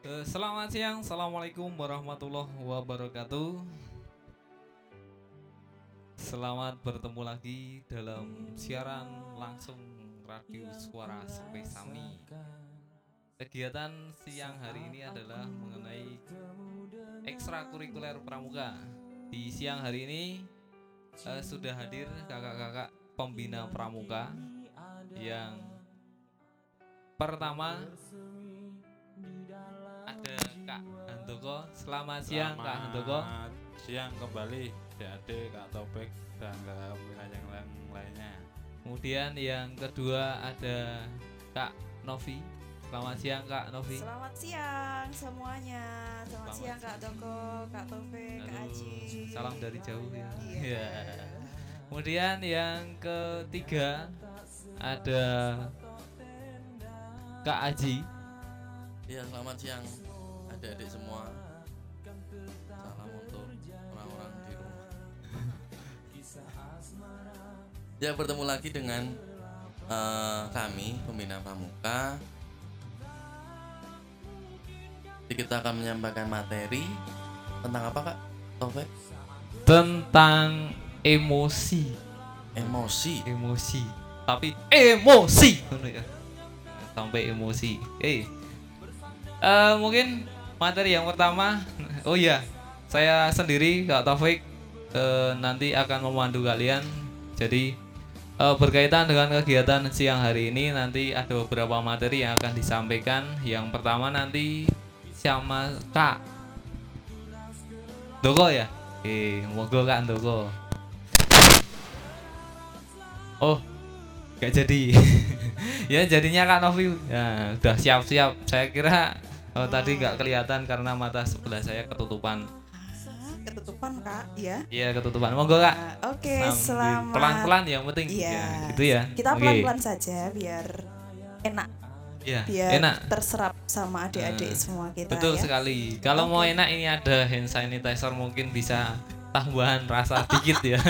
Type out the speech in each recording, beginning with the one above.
Selamat siang, assalamualaikum warahmatullahi wabarakatuh. Selamat bertemu lagi dalam siaran langsung Radio Suara Spesami. Kegiatan siang hari ini adalah mengenai ekstrakurikuler pramuka. Di siang hari ini sudah hadir kakak-kakak pembina pramuka. Yang pertama ada Kak Handoko. Selamat siang Kak Handoko. Siang kembali adik Kak Topik dan kakak pembina yang lainnya. Kemudian yang kedua ada Kak Novi. Selamat siang Kak Novi. Selamat siang semuanya. Selamat siang Kak Doko, Kak Taufik, Kak Aji. Salam dari jauh ya. Iya. Kemudian yang ketiga ada Kak Aji. Iya, selamat siang adik-adik semua. Salam untuk orang-orang di rumah. Ya, bertemu lagi dengan kami pembina pramuka. Jadi kita akan menyampaikan materi tentang apa Kak Taufik? Tentang emosi. Emosi. Tapi emosi. Sampai emosi. Mungkin materi yang pertama. Oh iya, saya sendiri Kak Taufik nanti akan memandu kalian. Jadi berkaitan dengan kegiatan siang hari ini nanti ada beberapa materi yang akan disampaikan. Yang pertama nanti sama Kak Doko ya. Monggo Kak Doko. Oh, gak jadi. Ya jadinya Kak Novi. Ya, udah siap-siap. Saya kira tadi nggak kelihatan karena mata sebelah saya ketutupan. Ketutupan Kak, ya. Iya ketutupan. Monggo Kak. Oke, selamat. Pelan-pelan yang penting. Iya. Ya, gitu ya. Kita Oke. pelan-pelan saja biar enak. Ya, Biar enak. terserap sama adik-adik semua kita. Betul ya. sekali. Kalau mau enak ini ada hand sanitizer mungkin bisa tambahan rasa dikit ya.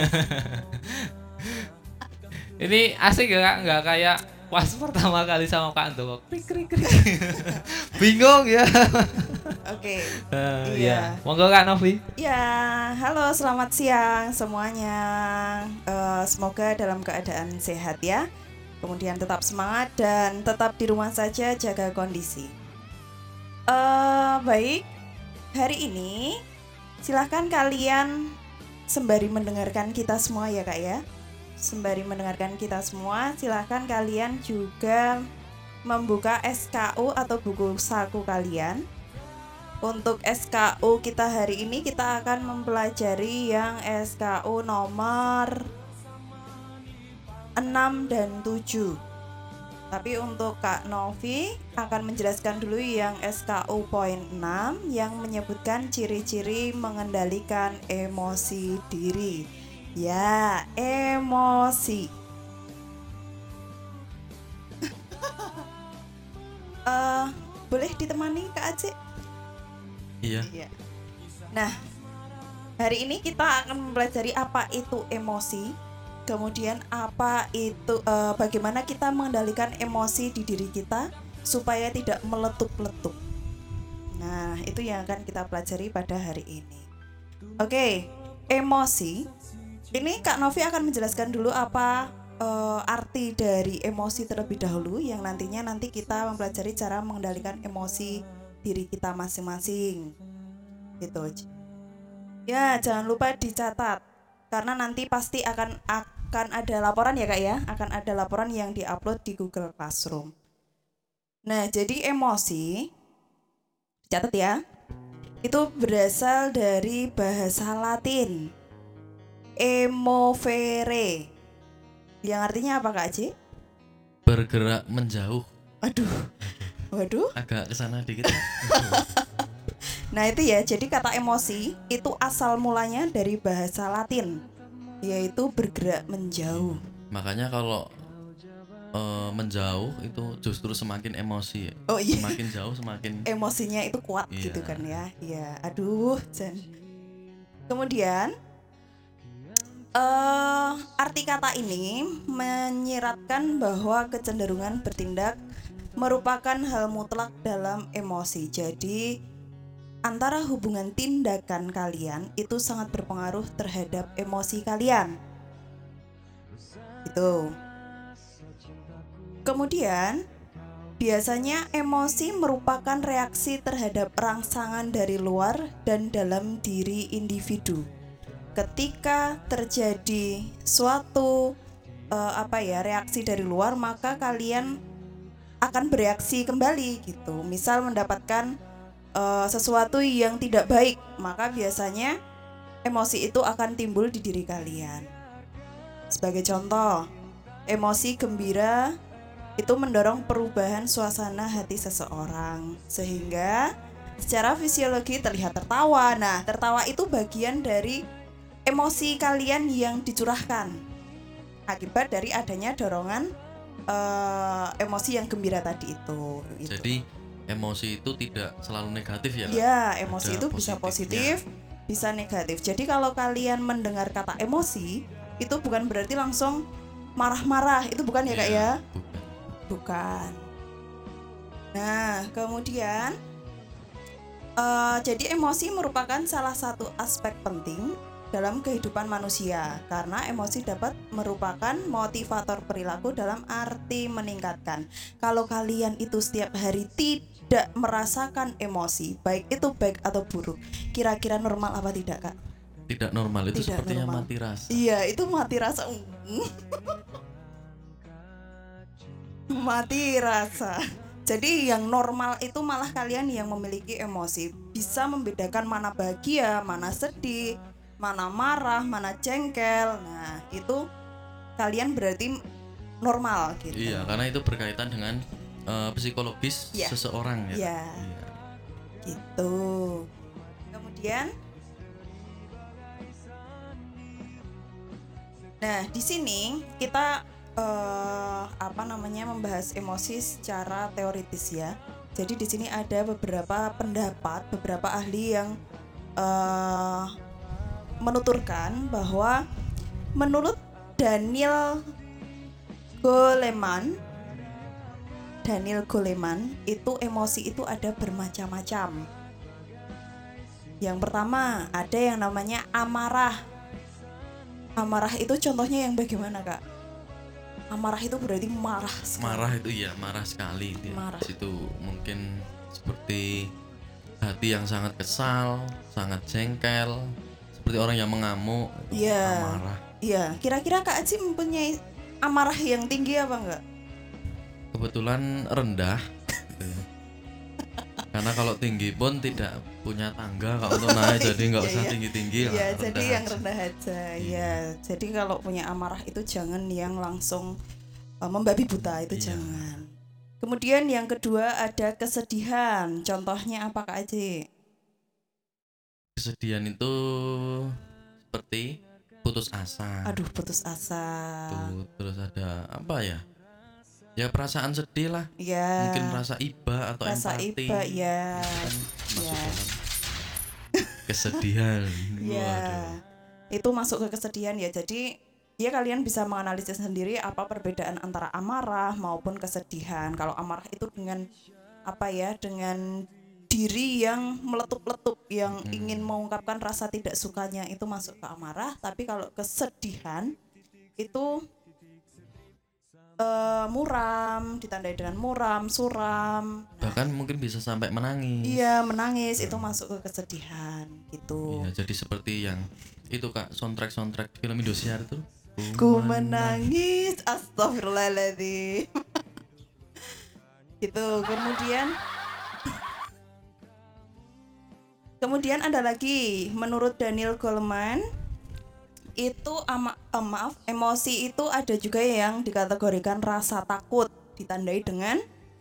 Ini asik ya Kak, nggak kayak pas pertama kali sama Kak Ando. Krik. Bingung ya. Oke. Iya. Monggo Kak Novi. Ya, halo, selamat siang semuanya. Semoga dalam keadaan sehat ya. Kemudian tetap semangat dan tetap di rumah saja, jaga kondisi. Baik, hari ini silahkan kalian sembari mendengarkan kita semua ya Kak ya. Sembari mendengarkan kita semua, silahkan kalian juga membuka SKU atau buku saku kalian. Untuk SKU kita hari ini kita akan mempelajari yang SKU nomor 6 dan 7. Tapi untuk Kak Novi akan menjelaskan dulu yang SKU poin 6 yang menyebutkan ciri-ciri mengendalikan emosi diri. Ya, emosi. Boleh ditemani Kak Acik? Iya. Nah, hari ini kita akan mempelajari apa itu emosi. Kemudian apa itu bagaimana kita mengendalikan emosi di diri kita supaya tidak meletup-letup. Nah, itu yang akan kita pelajari pada hari ini. Oke, emosi. Ini Kak Novi akan menjelaskan dulu apa arti dari emosi terlebih dahulu, yang nantinya kita mempelajari cara mengendalikan emosi diri kita masing-masing. Gitu. Ya, jangan lupa dicatat karena nanti pasti akan ada laporan ya Kak ya, akan ada laporan yang diupload di Google Classroom. Nah, jadi emosi, catat ya, itu berasal dari bahasa Latin emovere, yang artinya apa Kak Aji? Bergerak menjauh. Waduh. Agak kesana dikit. Nah itu ya, jadi kata emosi itu asal mulanya dari bahasa Latin, yaitu bergerak menjauh. Makanya kalau menjauh itu justru semakin emosi. Oh iya. Semakin jauh semakin Emosinya itu kuat. Iya. Gitu kan ya. Iya, aduh. Kemudian arti kata ini menyiratkan bahwa kecenderungan bertindak merupakan hal mutlak dalam emosi. Jadi antara hubungan tindakan kalian itu sangat berpengaruh terhadap emosi kalian. Itu. Kemudian biasanya emosi merupakan reaksi terhadap rangsangan dari luar dan dalam diri individu. Ketika terjadi suatu reaksi dari luar, maka kalian akan bereaksi kembali gitu. Misal mendapatkan sesuatu yang tidak baik, maka biasanya emosi itu akan timbul di diri kalian. Sebagai contoh, emosi gembira itu mendorong perubahan suasana hati seseorang, sehingga secara fisiologi terlihat tertawa. Nah, tertawa itu bagian dari emosi kalian yang dicurahkan akibat dari adanya dorongan emosi yang gembira tadi itu. Jadi emosi itu tidak selalu negatif ya, Kak? Iya, emosi Ada itu bisa positifnya. positif, bisa negatif. Jadi kalau kalian mendengar kata emosi, itu bukan berarti langsung marah-marah, itu bukan ya Kak Iya, ya? bukan. Bukan. Nah, kemudian jadi emosi merupakan salah satu aspek penting dalam kehidupan manusia, karena emosi dapat merupakan motivator perilaku dalam arti meningkatkan. Kalau kalian itu setiap hari tidak merasakan emosi, baik itu baik atau buruk, kira-kira normal apa tidak Kak? Tidak normal itu Tidak sepertinya normal. mati rasa. Iya, itu mati rasa. Mati rasa. Jadi yang normal itu malah kalian yang memiliki emosi, bisa membedakan mana bahagia, mana sedih, mana marah, mana jengkel. Nah, itu kalian berarti normal gitu. Iya, karena itu berkaitan dengan psikologis Iya. seseorang ya. Iya. Iya. Gitu. Kemudian nah, di sini kita membahas emosi secara teoritis ya. Jadi di sini ada beberapa pendapat, beberapa ahli yang menuturkan bahwa menurut Daniel Goleman itu emosi itu ada bermacam-macam. Yang pertama ada yang namanya amarah. Amarah itu contohnya yang bagaimana Kak? Amarah itu berarti marah sekali. Marah itu ya, marah sekali dia. Marah. Di situ mungkin seperti hati yang sangat kesal, sangat jengkel, seperti orang yang mengamuk. Iya. Amarah. Iya, kira-kira Kak Aci mempunyai amarah yang tinggi apa enggak? Kebetulan rendah gitu ya. Karena kalau tinggi pun tidak punya tangga kalau untuk naik, jadi nggak usah Iya. tinggi-tinggi lah, Iya, rendah jadi yang aja. rendah aja. Iya, jadi kalau punya amarah itu jangan yang langsung membabi buta, itu Iya. jangan. Kemudian yang kedua ada kesedihan. Contohnya apa Kak Aci? Kesedihan itu seperti putus asa. Aduh, putus asa. Tuh, terus ada apa ya? Ya perasaan sedih lah. Iya. Mungkin rasa iba atau Rasa empati. iba, ya. Kan masuk Ya. dalam kesedihan. Ya, Waduh. itu masuk ke kesedihan ya. Jadi ya kalian bisa menganalisis sendiri apa perbedaan antara amarah maupun kesedihan. Kalau amarah itu dengan dengan diri yang meletup-letup, yang ingin mengungkapkan rasa tidak sukanya, itu masuk ke amarah. Tapi kalau kesedihan itu muram, ditandai dengan muram, suram. Bahkan mungkin bisa sampai menangis. Iya, menangis, itu masuk ke kesedihan gitu. Iya, jadi seperti yang itu Kak, soundtrack film Indosiar itu. Ku menangis, astagfirullahaladzim. Gitu. Kemudian ada lagi, menurut Daniel Goleman itu emosi itu ada juga yang dikategorikan rasa takut, ditandai dengan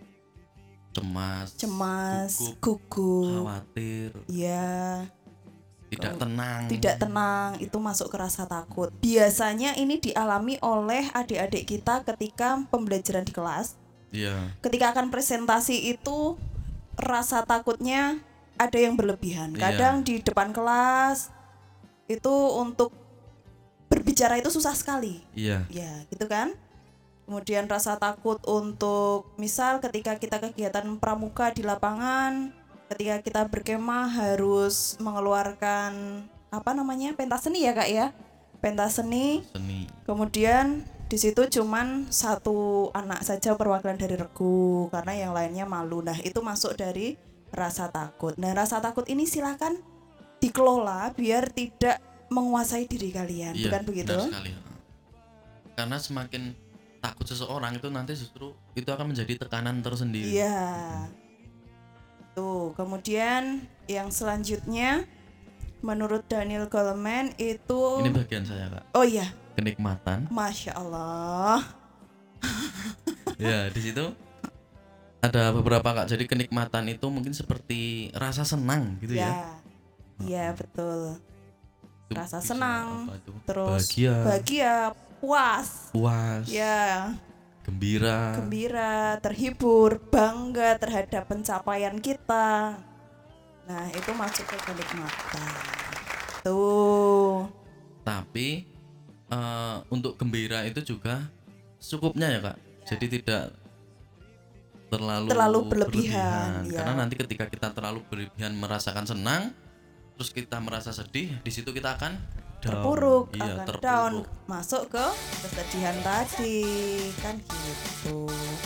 cemas, gugup, khawatir, ya, tidak tenang, itu masuk ke rasa takut. Biasanya ini dialami oleh adik-adik kita ketika pembelajaran di kelas. Iya. Ketika akan presentasi itu rasa takutnya ada yang berlebihan. Kadang di depan kelas itu untuk berbicara itu susah sekali. Iya. Ya, gitu kan? Kemudian rasa takut untuk misal ketika kita kegiatan pramuka di lapangan, ketika kita berkemah harus mengeluarkan apa namanya? Pentas seni ya, Kak ya. Pentas seni. Seni. Kemudian di situ cuman satu anak saja perwakilan dari regu karena yang lainnya malu. Nah, itu masuk dari rasa takut. Nah, rasa takut ini silakan dikelola biar tidak menguasai diri kalian, Iya, bukan begitu? benar sekali. Karena semakin takut seseorang itu nanti justru itu akan menjadi tekanan tersendiri. Iya. Tuh, kemudian yang selanjutnya menurut Daniel Goleman itu Ini bagian saya, Kak. oh iya, Kenikmatan. Masya Allah. Ya, di situ ada beberapa, Kak. Jadi kenikmatan itu mungkin seperti rasa senang gitu ya. Iya, betul. Itu Rasa bisa senang, apa tuh? terus bahagia, bahagia, puas. puas, Ya, gembira. gembira, terhibur, bangga terhadap pencapaian kita. Nah, itu masuk ke kenikmatan. Tuh. Tapi untuk gembira itu juga secukupnya ya, Kak. Jadi tidak terlalu berlebihan, ya. Karena nanti ketika kita terlalu berlebihan merasakan senang, terus kita merasa sedih, di situ kita akan down. Terpuruk, Iya, akan terpuruk. down, masuk ke kesedihan tadi, kan gitu.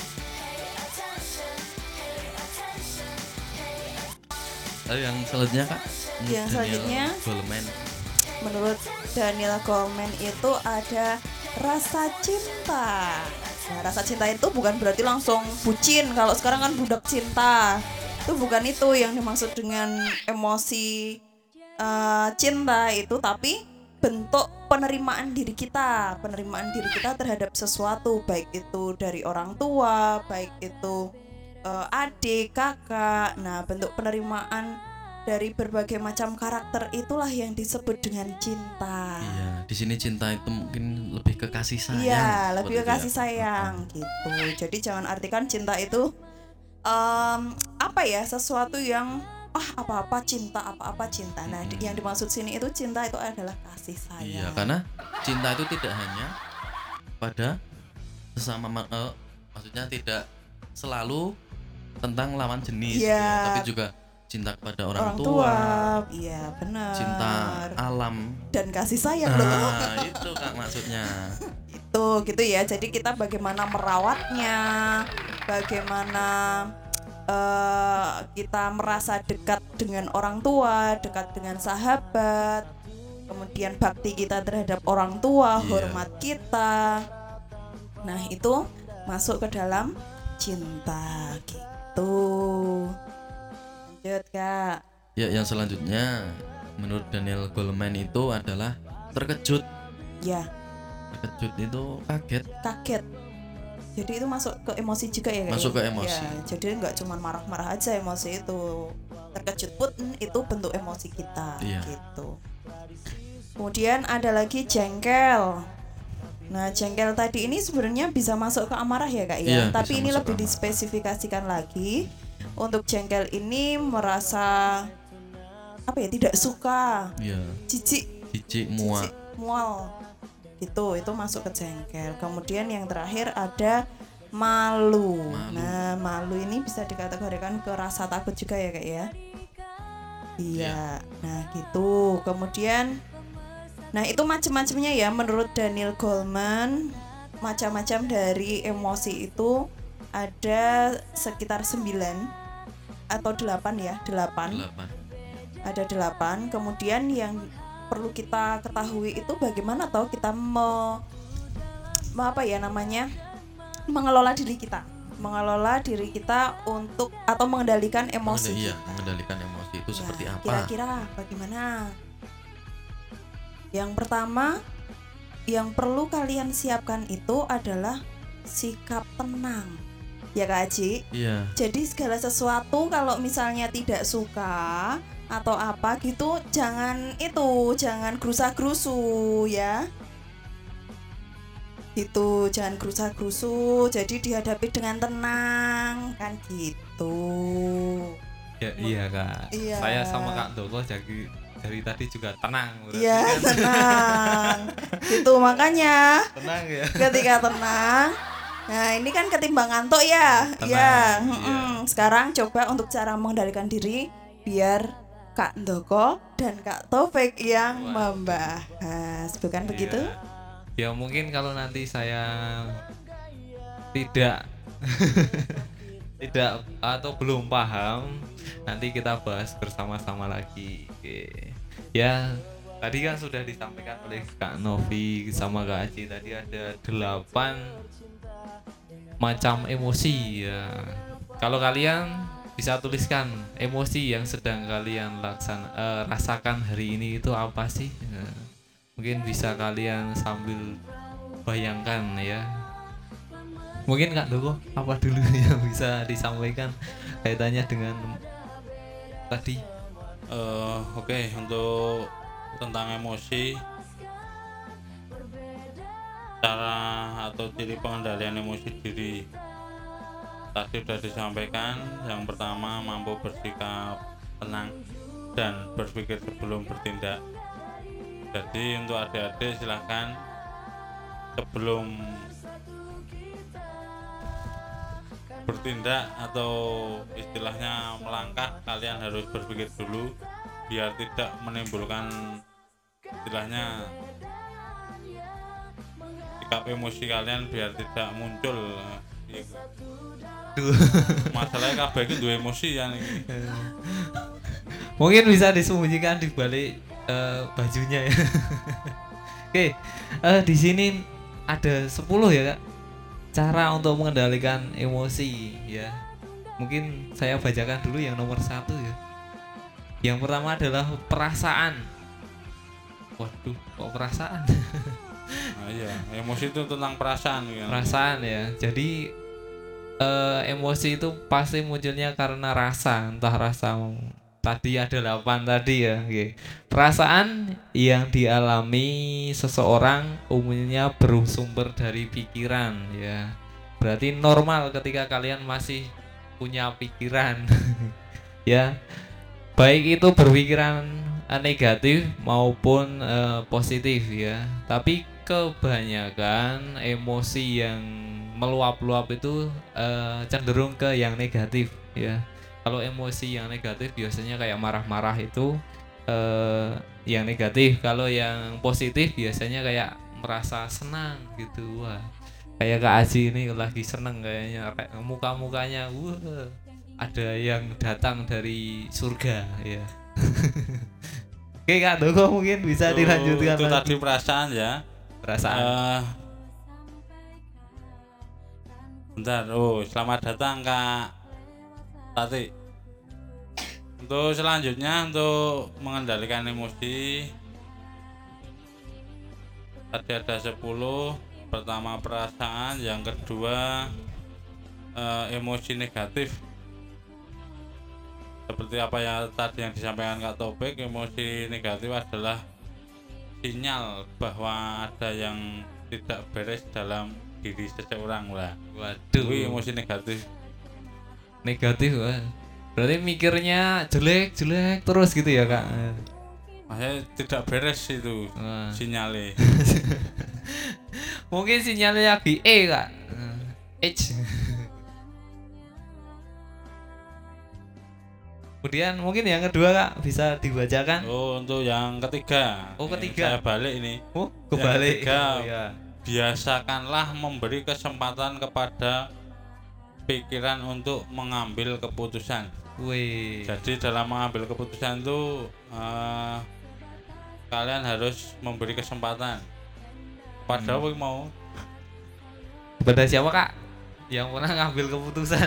Lalu yang selanjutnya, Kak? Yang selanjutnya? Goleman. Menurut Daniel Goleman itu ada rasa cinta. Nah, rasa cinta itu bukan berarti langsung bucin. Kalau sekarang kan budak cinta. Itu bukan itu yang dimaksud dengan emosi cinta itu, tapi bentuk penerimaan diri kita terhadap sesuatu, baik itu dari orang tua, baik itu adik, kakak. Nah, bentuk penerimaan dari berbagai macam karakter itulah yang disebut dengan cinta. Iya, di sini cinta itu mungkin lebih ke kasih sayang. Iya, lebih ke seperti itu kasih ya. sayang gitu. Jadi jangan artikan cinta itu apa ya, sesuatu yang apa-apa cinta. Nah, yang dimaksud sini itu cinta itu adalah kasih sayang. Iya, karena cinta itu tidak hanya pada sesama maksudnya tidak selalu tentang lawan jenis, Iya. ya, tapi juga cinta kepada orang tua, iya benar. cinta alam. Dan kasih sayang loh. Nah, itu Kak maksudnya. Itu gitu ya. Jadi kita bagaimana merawatnya, bagaimana kita merasa dekat dengan orang tua, dekat dengan sahabat, kemudian bakti kita terhadap orang tua, Iya. hormat kita. Nah, itu masuk ke dalam cinta gitu. Lanjut, Kak. Ya, yang selanjutnya menurut Daniel Goleman itu adalah terkejut. Ya, Terkejut itu kaget. kaget. Jadi itu masuk ke emosi juga ya, Kak? Masuk ya? ke emosi. Ya, jadi nggak cuma marah-marah aja emosi itu. Terkejut pun itu bentuk emosi kita, Iya. gitu. Kemudian ada lagi jengkel. Nah, jengkel tadi ini sebenarnya bisa masuk ke amarah ya, Kak ya. Iya, Tapi bisa ini masuk lebih ke amarah. dispesifikasikan lagi. Untuk jengkel ini merasa apa ya, tidak suka, Iya, jijik, jijik, muak. mual gitu, itu masuk ke jengkel. Kemudian yang terakhir ada malu. Malu. Nah, malu ini bisa dikategorikan ke rasa takut juga ya, Kak ya. Iya. Nah, gitu. Kemudian nah, itu macam-macamnya ya menurut Daniel Goleman. Macam-macam dari emosi itu ada sekitar 9 atau 8 ya, 8. 8. Ada 8. Kemudian yang perlu kita ketahui itu bagaimana tahu kita apa ya namanya, mengelola diri kita untuk atau mengendalikan emosi Iya, kita. mengendalikan emosi itu Nah, seperti apa? Kira-kira bagaimana? Yang pertama yang perlu kalian siapkan itu adalah sikap tenang. Ya, Kak Aji? Iya. Jadi segala sesuatu kalau misalnya tidak suka atau apa gitu, jangan gerusa-gerusu ya. Gitu, jangan gerusa-gerusu. Jadi dihadapi dengan tenang kan gitu. Ya, iya Kak. Iya. Saya sama Kak Doko dari tadi juga tenang. berarti Iya, kan. tenang. Gitu, makanya Tenang ya. ketika tenang Nah, ini kan ketimbang ngantuk ya. Tenang, Ya, iya. sekarang coba untuk cara mengendalikan diri biar Kak Ndoko dan Kak Taufik yang membahas. Bukan begitu? Ya mungkin kalau nanti saya tidak tidak atau belum paham, nanti kita bahas bersama-sama lagi. Oke. Ya, tadi kan sudah disampaikan oleh Kak Novi sama Kak Aji, tadi ada 8 macam emosi ya. Kalau kalian bisa tuliskan emosi yang sedang kalian rasakan hari ini itu apa sih? Nah, mungkin bisa kalian sambil bayangkan ya. Mungkin Kak Doko apa dulu yang bisa disampaikan kaitannya dengan tadi? Oke, untuk tentang emosi, cara atau ciri pengendalian emosi diri tadi sudah disampaikan. Yang pertama, mampu bersikap tenang dan berpikir sebelum bertindak. Jadi untuk adik-adik silahkan sebelum bertindak atau istilahnya melangkah, kalian harus berpikir dulu biar tidak menimbulkan istilahnya sikap emosi kalian biar tidak muncul. Masalahnya kabeh iki duwe emosi ya ini. Mungkin bisa disembunyikan di balik bajunya ya. Oke, di sini ada 10 ya Kak, cara untuk mengendalikan emosi ya. Mungkin saya bacakan dulu yang nomor 1 ya. Yang pertama adalah perasaan. Waduh, kok perasaan? Nah, iya, emosi itu tentang perasaan kan. Perasaan ya. Jadi emosi itu pasti munculnya karena rasa, entah rasa tadi ada 8 tadi ya. Oke. Perasaan yang dialami seseorang umumnya bersumber dari pikiran ya. Berarti normal ketika kalian masih punya pikiran ya. Baik itu berpikiran negatif maupun positif ya. Tapi kebanyakan emosi yang meluap-luap itu cenderung ke yang negatif ya. Kalau emosi yang negatif biasanya kayak marah-marah itu yang negatif. Kalau yang positif biasanya kayak merasa senang gitu. Wah, kayak Kak Aji ini lagi seneng kayaknya, muka-mukanya wah, ada yang datang dari surga ya. Oke Kak Doko mungkin bisa dilanjutkan Itu lagi. tadi perasaan ya. Perasaan. Bentar, selamat datang Kak Tati. Untuk selanjutnya, untuk mengendalikan emosi tadi ada 10. Pertama perasaan, yang kedua emosi negatif. Seperti apa ya tadi yang disampaikan Kak Topik, emosi negatif adalah sinyal bahwa ada yang tidak beres dalam diri seseorang lah. Waduh, Itu emosi negatif. negatif wah. Berarti mikirnya jelek terus gitu ya Kak. Makanya tidak beres itu Wah. sinyalnya. Mungkin sinyalnya lagi Kak. H. Kemudian mungkin yang kedua Kak bisa dibacakan. Untuk yang ketiga. Oh, Ini ketiga. Saya balik ini. Oh, kebalik. ketiga. Oh, ya. Biasakanlah memberi kesempatan kepada pikiran untuk mengambil keputusan. Wih. Jadi dalam mengambil keputusan itu kalian harus memberi kesempatan pada yang mau. Kepada siapa Kak? Yang pernah ngambil keputusan.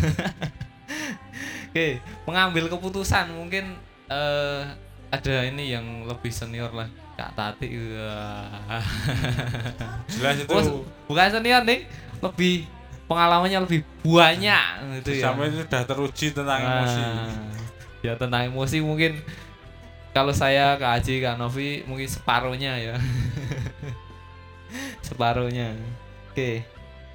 Oke, mengambil keputusan mungkin ada ini yang lebih senior lah, Kak Tati. Wah. Jelas itu. Oh, bukan senior nih, lebih pengalamannya lebih banyak gitu ya. Sampai itu sudah teruji tentang emosi. Ya tentang emosi mungkin kalau saya Kak Aji, Kak Novi mungkin separuhnya ya. Separuhnya. Oke.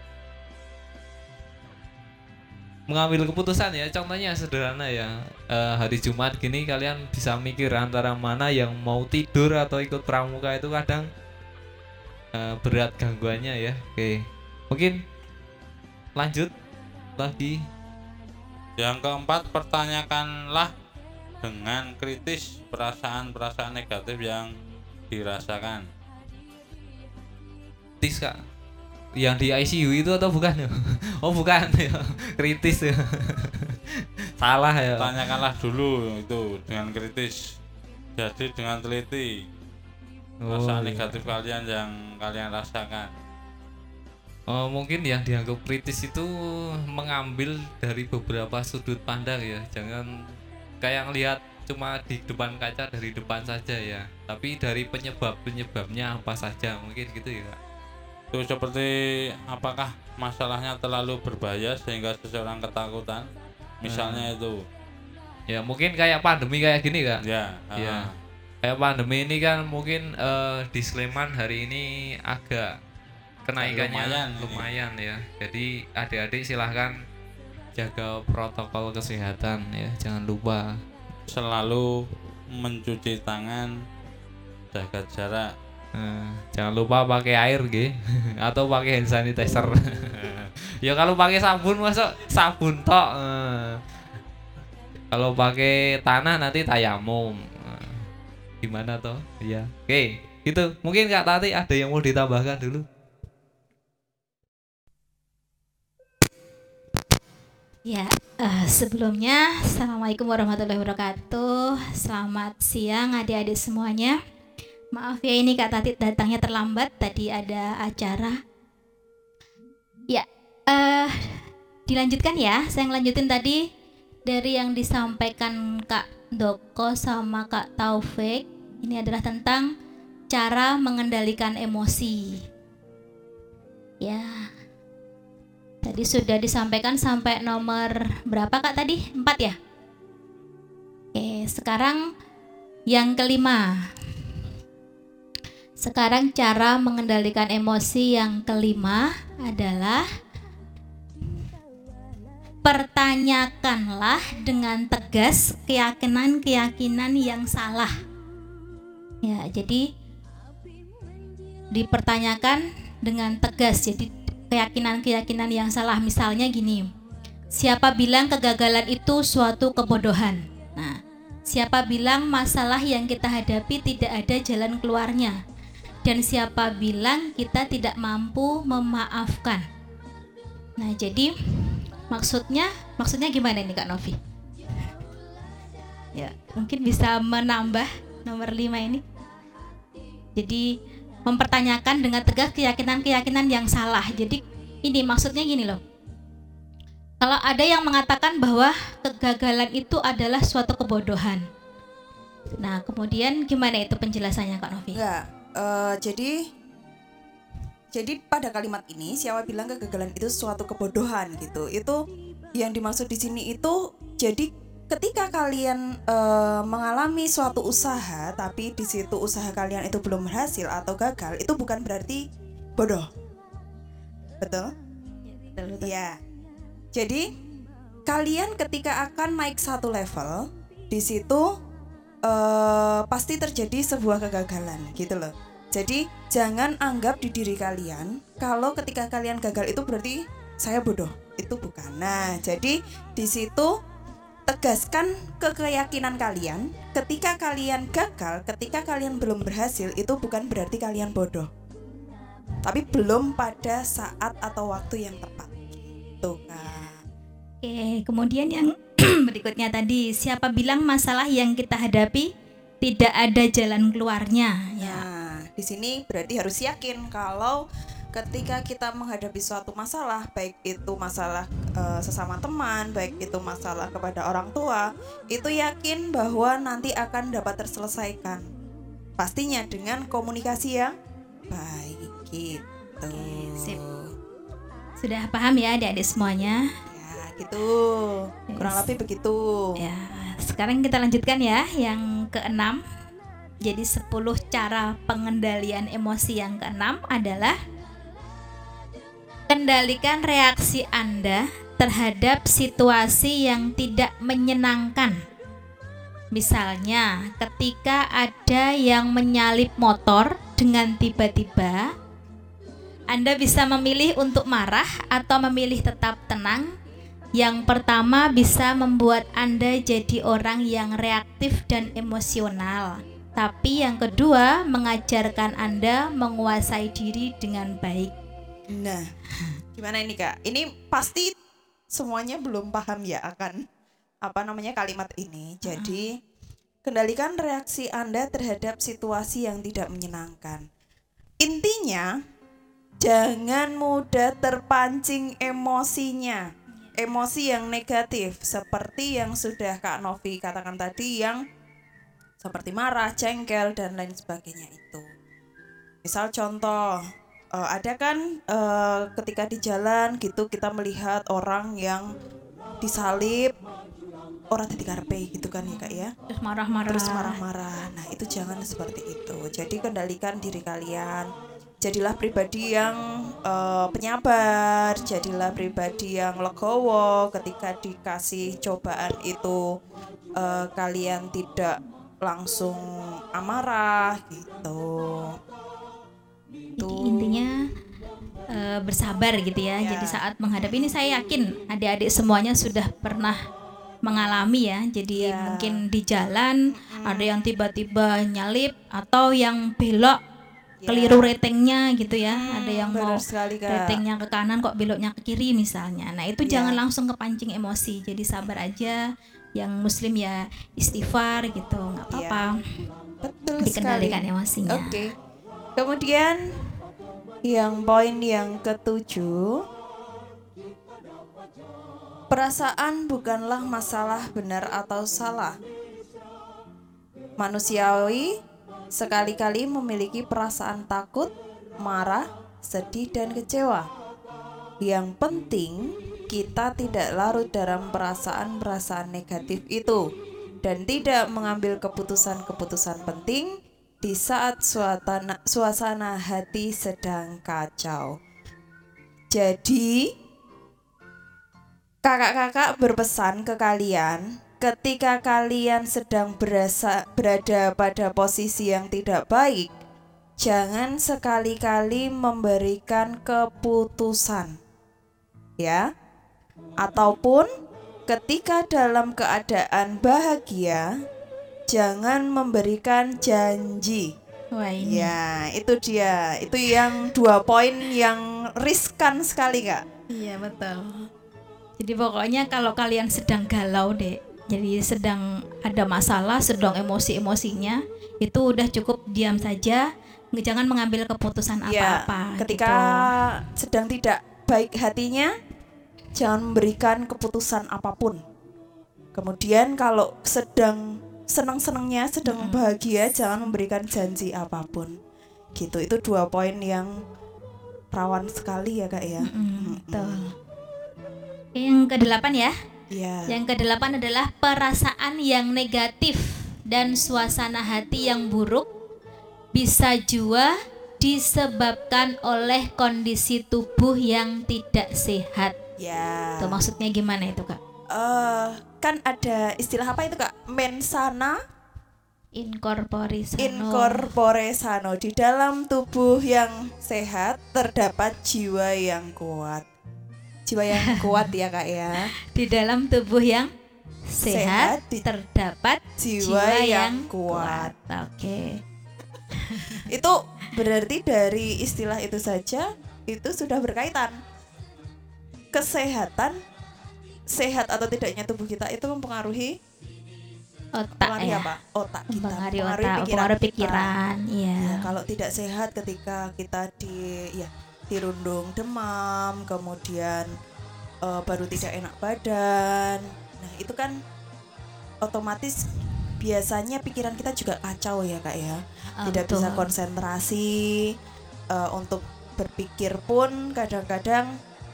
Mengambil keputusan ya, contohnya sederhana ya. Hari Jumat gini kalian bisa mikir antara mana yang mau tidur atau ikut pramuka, itu kadang berat gangguannya ya. Oke. Mungkin lanjut lagi. Yang keempat, pertanyakanlah dengan kritis perasaan-perasaan negatif yang dirasakan. Kritis Kak. Yang di ICU itu atau bukan ya? Oh bukan ya. Kritis ya. Salah ya. Tanyakanlah dulu itu dengan kritis. Jadi dengan teliti perasaan iya. negatif kalian yang kalian rasakan. Oh, mungkin yang dianggap kritis itu mengambil dari beberapa sudut pandang ya. Jangan kayak ngelihat cuma di depan kaca dari depan saja ya. Tapi dari penyebabnya apa saja mungkin gitu ya. Itu seperti apakah masalahnya terlalu berbahaya sehingga seseorang ketakutan? Misalnya itu. Ya mungkin kayak pandemi kayak gini Kak. Ya. Ya. Kayak pandemi ini kan mungkin di Sleman hari ini agak kenaikannya lumayan ya. Jadi adik-adik silahkan jaga protokol kesehatan ya, jangan lupa Selalu mencuci tangan, jaga jarak. jangan lupa pakai air gitu atau pakai hand sanitizer. Ya kalau pakai sabun masuk sabun tok. Kalau pakai tanah nanti tayamum. Gimana toh? Ya. Oke, gitu. Mungkin Kak Tati ada yang mau ditambahkan dulu? Ya, sebelumnya Assalamualaikum warahmatullahi wabarakatuh. Selamat siang adik-adik semuanya. Maaf ya ini Kak Tati datangnya terlambat, tadi ada acara. Ya, dilanjutkan ya. Saya ngelanjutin tadi dari yang disampaikan Kak Doko sama Kak Taufik. Ini adalah tentang cara mengendalikan emosi. Ya. Tadi sudah disampaikan sampai nomor berapa Kak tadi? 4 ya? Oke, sekarang yang kelima. Sekarang cara mengendalikan emosi yang kelima adalah pertanyakanlah dengan tegas keyakinan-keyakinan yang salah. Ya, jadi dipertanyakan dengan tegas. Jadi keyakinan-keyakinan yang salah, misalnya gini, siapa bilang kegagalan itu suatu kebodohan? Nah, siapa bilang masalah yang kita hadapi tidak ada jalan keluarnya? Dan siapa bilang kita tidak mampu memaafkan? Nah, jadi maksudnya gimana nih Kak Novi? Ya, mungkin bisa menambah nomor 5 ini. Jadi mempertanyakan dengan tegas keyakinan-keyakinan yang salah. Jadi ini maksudnya gini loh. Kalau ada yang mengatakan bahwa kegagalan itu adalah suatu kebodohan. Nah, kemudian gimana itu penjelasannya Kak Novi? Enggak, jadi pada kalimat ini siapa bilang kegagalan itu suatu kebodohan gitu. Itu yang dimaksud di sini itu jadi ketika kalian mengalami suatu usaha tapi di situ usaha kalian itu belum berhasil atau gagal, itu bukan berarti bodoh. Betul? Ya, betul. Ya. Jadi kalian ketika akan naik satu level, di situ pasti terjadi sebuah kegagalan gitu loh. Jadi jangan anggap di diri kalian kalau ketika kalian gagal itu berarti saya bodoh. Itu bukan. Nah, jadi di situ tegaskan keyakinan kalian, ketika kalian gagal, ketika kalian belum berhasil, itu bukan berarti kalian bodoh, tapi belum pada saat atau waktu yang tepat. Tuh Kak. Oke, kemudian yang berikutnya tadi, siapa bilang masalah yang kita hadapi tidak ada jalan keluarnya? Ya. Nah, di sini berarti harus yakin kalau ketika kita menghadapi suatu masalah, baik itu masalah sesama teman, baik itu masalah kepada orang tua, itu yakin bahwa nanti akan dapat terselesaikan. Pastinya dengan komunikasi yang baik gitu. Sip. Sudah paham ya adik-adik semuanya? Ya, gitu. Kurang lebih begitu. Ya, sekarang kita lanjutkan ya yang keenam. Jadi 10 cara pengendalian emosi yang keenam adalah kendalikan reaksi Anda terhadap situasi yang tidak menyenangkan. Misalnya, ketika ada yang menyalip motor dengan tiba-tiba, Anda bisa memilih untuk marah atau memilih tetap tenang. Yang pertama bisa membuat Anda jadi orang yang reaktif dan emosional. Tapi yang kedua mengajarkan Anda menguasai diri dengan baik. Nah, gimana ini Kak? Ini pasti semuanya belum paham ya akan kalimat ini. Jadi, kendalikan reaksi Anda terhadap situasi yang tidak menyenangkan. Intinya, jangan mudah terpancing emosinya. Emosi yang negatif seperti yang sudah Kak Novi katakan tadi, yang seperti marah, jengkel dan lain sebagainya itu. Misal contoh, ada kan ketika di jalan gitu kita melihat orang yang disalib, orang tadi karepe gitu kan ya Kak ya. Terus marah-marah. Nah, itu jangan seperti itu. Jadi kendalikan diri kalian. Jadilah pribadi yang penyabar, jadilah pribadi yang legowo ketika dikasih cobaan itu, kalian tidak langsung amarah gitu. Jadi intinya bersabar gitu ya. Ya. Jadi saat menghadapi ini saya yakin adik-adik semuanya sudah pernah mengalami ya. Jadi Ya. mungkin di jalan ada yang tiba-tiba nyalip atau yang belok keliru ratingnya gitu ya. Ada yang mau Benar sekali, Kak. ratingnya ke kanan kok beloknya ke kiri misalnya. Nah itu Ya. jangan langsung kepancing emosi. Jadi sabar aja. Yang muslim ya istighfar gitu, nggak apa-apa. Betul Dikendalikan sekali. emosinya. Oke. Kemudian yang poin yang ketujuh, perasaan bukanlah masalah benar atau salah. Manusiawi sekali-kali memiliki perasaan takut, marah, sedih, dan kecewa. Yang penting kita tidak larut dalam perasaan-perasaan negatif itu dan tidak mengambil keputusan-keputusan penting di saat suasana hati sedang kacau. Jadi kakak-kakak berpesan ke kalian, ketika kalian sedang berada pada posisi yang tidak baik, jangan sekali-kali memberikan keputusan, ya. Ataupun ketika dalam keadaan bahagia, jangan memberikan janji. Wah ini Ya, itu dia. Itu yang 2 poin yang riskan sekali, Kak. iya betul. Jadi pokoknya kalau kalian sedang galau deh, jadi sedang ada masalah, sedang emosi-emosinya, itu udah cukup diam saja, jangan mengambil keputusan Ya, apa-apa. ketika gitu. sedang tidak baik hatinya, jangan memberikan keputusan apapun. Kemudian kalau sedang senang-senangnya, sedang bahagia, jangan memberikan janji apapun. Gitu. Itu 2 poin yang rawan sekali ya, Kak ya. Betul. Yang ke-8 ya. Ya. Yang ke-8 adalah perasaan yang negatif dan suasana hati yang buruk bisa juga disebabkan oleh kondisi tubuh yang tidak sehat. Ya. Tuh maksudnya gimana itu, Kak? Kan ada istilah apa itu, Kak? Mensana Incorpore sano. incorpore sano. Di dalam tubuh yang sehat terdapat jiwa yang kuat. Jiwa yang kuat ya, Kak ya. Di dalam tubuh yang Sehat, sehat terdapat jiwa yang kuat. Oke. Itu berarti dari istilah itu saja itu sudah berkaitan. Kesehatan, sehat atau tidaknya tubuh kita itu mempengaruhi Otak ya. apa? Otak kita, Mempengaruhi otak, mempengaruhi kita. pikiran. Ya, Iya. kalau tidak sehat ketika kita dirundung demam, kemudian baru tidak enak badan. Nah, itu kan otomatis biasanya pikiran kita juga kacau ya, Kak ya. Tidak Betul. bisa konsentrasi, untuk berpikir pun kadang-kadang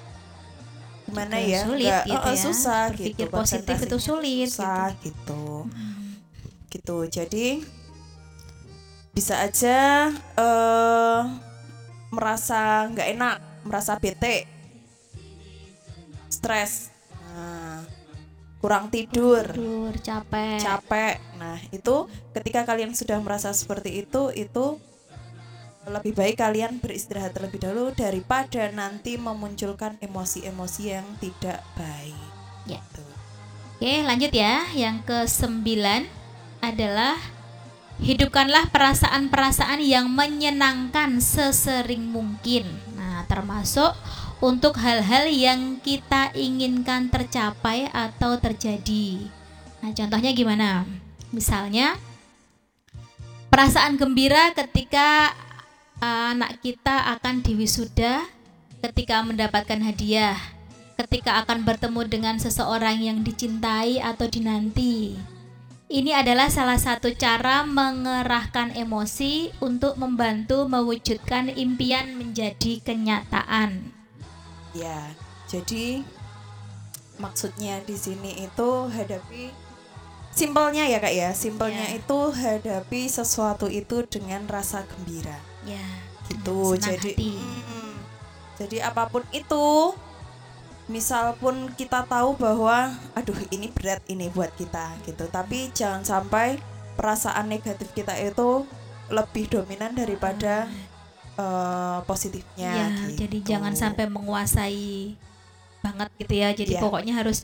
gimana Juga ya? sulit gitu ya. Susah Berpikir gitu. positif itu konsentrasinya sulit susah gitu. Gitu. Jadi bisa aja merasa nggak enak, merasa bete, stres, kurang tidur, Capek. Nah, itu ketika kalian sudah merasa seperti itu lebih baik kalian beristirahat terlebih dahulu daripada nanti memunculkan emosi-emosi yang tidak baik. Ya. Gitu. Oke, lanjut ya. Yang ke-9 adalah hidupkanlah perasaan-perasaan yang menyenangkan sesering mungkin. Nah, termasuk untuk hal-hal yang kita inginkan tercapai atau terjadi. Nah, contohnya gimana? Misalnya perasaan gembira ketika anak kita akan diwisuda, ketika mendapatkan hadiah, ketika akan bertemu dengan seseorang yang dicintai atau dinanti. Ini adalah salah satu cara mengerahkan emosi untuk membantu mewujudkan impian menjadi kenyataan. Ya, jadi maksudnya di sini itu hadapi simpelnya ya Kak ya, simpelnya Ya. itu hadapi sesuatu itu dengan rasa gembira. Ya, Gitu. dengan senang Jadi hati. jadi apapun itu, misal pun kita tahu bahwa aduh ini berat ini buat kita gitu, tapi jangan sampai perasaan negatif kita itu lebih dominan daripada positifnya. Ya, gitu. jadi jangan sampai menguasai banget gitu ya. Jadi Ya. pokoknya harus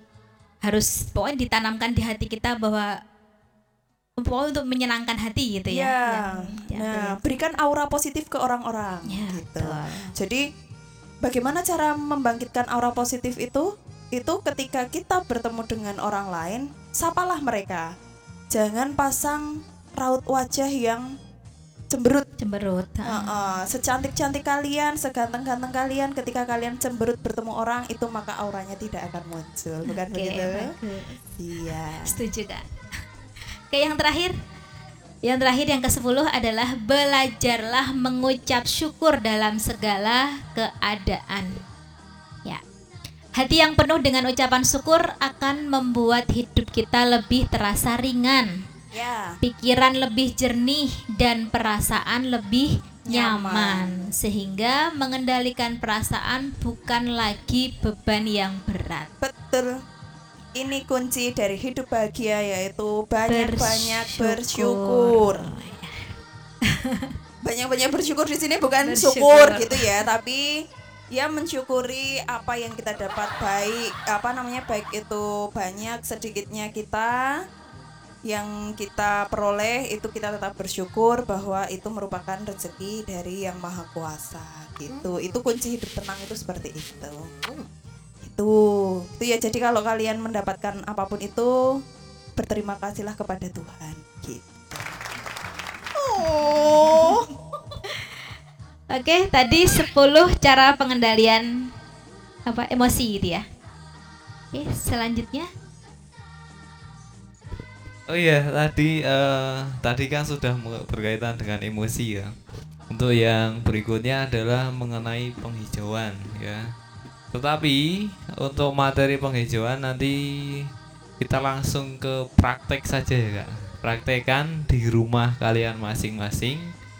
pokoknya ditanamkan di hati kita bahwa pokoknya untuk menyenangkan hati gitu ya. Ya. Ya, Nah, berikan aura positif ke orang-orang Ya, gitu. betul. Jadi bagaimana cara membangkitkan aura positif itu? Itu ketika kita bertemu dengan orang lain, sapalah mereka. Jangan pasang raut wajah yang cemberut. Cemberut. Secantik-cantik kalian, seganteng-ganteng kalian, ketika kalian cemberut bertemu orang itu, maka auranya tidak akan muncul, bukan Oke, begitu? bagus. Iya. Setuju Kak. Oke, yang terakhir. Yang terakhir yang ke-10 adalah belajarlah mengucap syukur dalam segala keadaan. Ya. Hati yang penuh dengan ucapan syukur akan membuat hidup kita lebih terasa ringan, Ya. pikiran lebih jernih dan perasaan lebih nyaman, sehingga mengendalikan perasaan bukan lagi beban yang berat. Betul. Ini kunci dari hidup bahagia, yaitu banyak-banyak bersyukur. Banyak-banyak bersyukur di sini bukan Bersyukur. syukur gitu ya, tapi ya mensyukuri apa yang kita dapat, baik itu banyak sedikitnya kita yang kita peroleh, itu kita tetap bersyukur bahwa itu merupakan rezeki dari Yang Maha Kuasa gitu. Itu kunci hidup tenang itu seperti itu. Itu ya, jadi kalau kalian mendapatkan apapun itu, berterima kasihlah kepada Tuhan gitu. Oh. Oke, tadi 10 cara pengendalian emosi gitu ya. Oke, selanjutnya. Oh iya, tadi kan sudah berkaitan dengan emosi ya. Untuk yang berikutnya adalah mengenai penghijauan ya. Tetapi untuk materi penghijauan nanti kita langsung ke praktek saja ya Kak. Praktekan di rumah kalian masing-masing.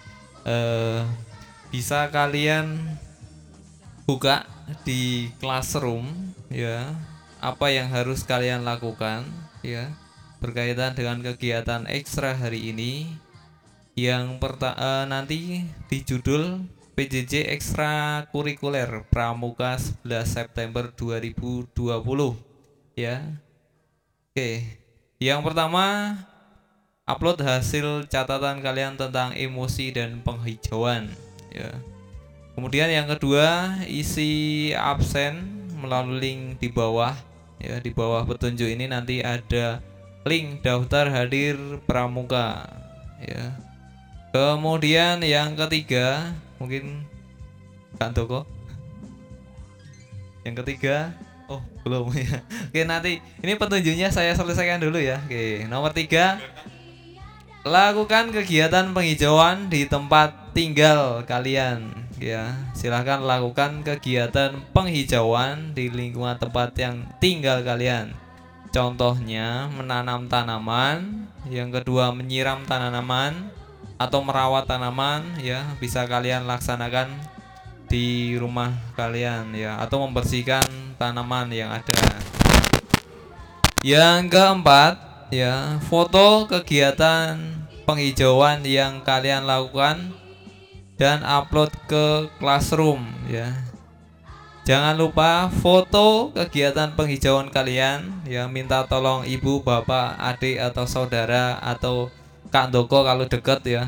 Bisa kalian buka di Classroom ya, apa yang harus kalian lakukan ya berkaitan dengan kegiatan ekstra hari ini. Yang nanti di judul PJJ Ekstrakurikuler Pramuka 11 September 2020 ya. Oke. Yang pertama, upload hasil catatan kalian tentang emosi dan penghijauan ya. Kemudian yang kedua, isi absen melalui link di bawah ya. Di bawah petunjuk ini nanti ada link daftar hadir pramuka ya. Kemudian yang ketiga, mungkin Kak Toko. Yang ketiga, oh belum ya. Oke, nanti ini petunjuknya saya selesaikan dulu ya. Oke, nomor 3, lakukan kegiatan penghijauan di tempat tinggal kalian ya. Silahkan lakukan kegiatan penghijauan di lingkungan tempat yang tinggal kalian. Contohnya menanam tanaman, yang kedua menyiram tanaman atau merawat tanaman ya, bisa kalian laksanakan di rumah kalian ya, atau membersihkan tanaman yang ada. Yang keempat ya, foto kegiatan penghijauan yang kalian lakukan dan upload ke Classroom ya. Jangan lupa foto kegiatan penghijauan kalian ya, minta tolong ibu, bapak, adik atau saudara atau Kak Doko kalau deket ya.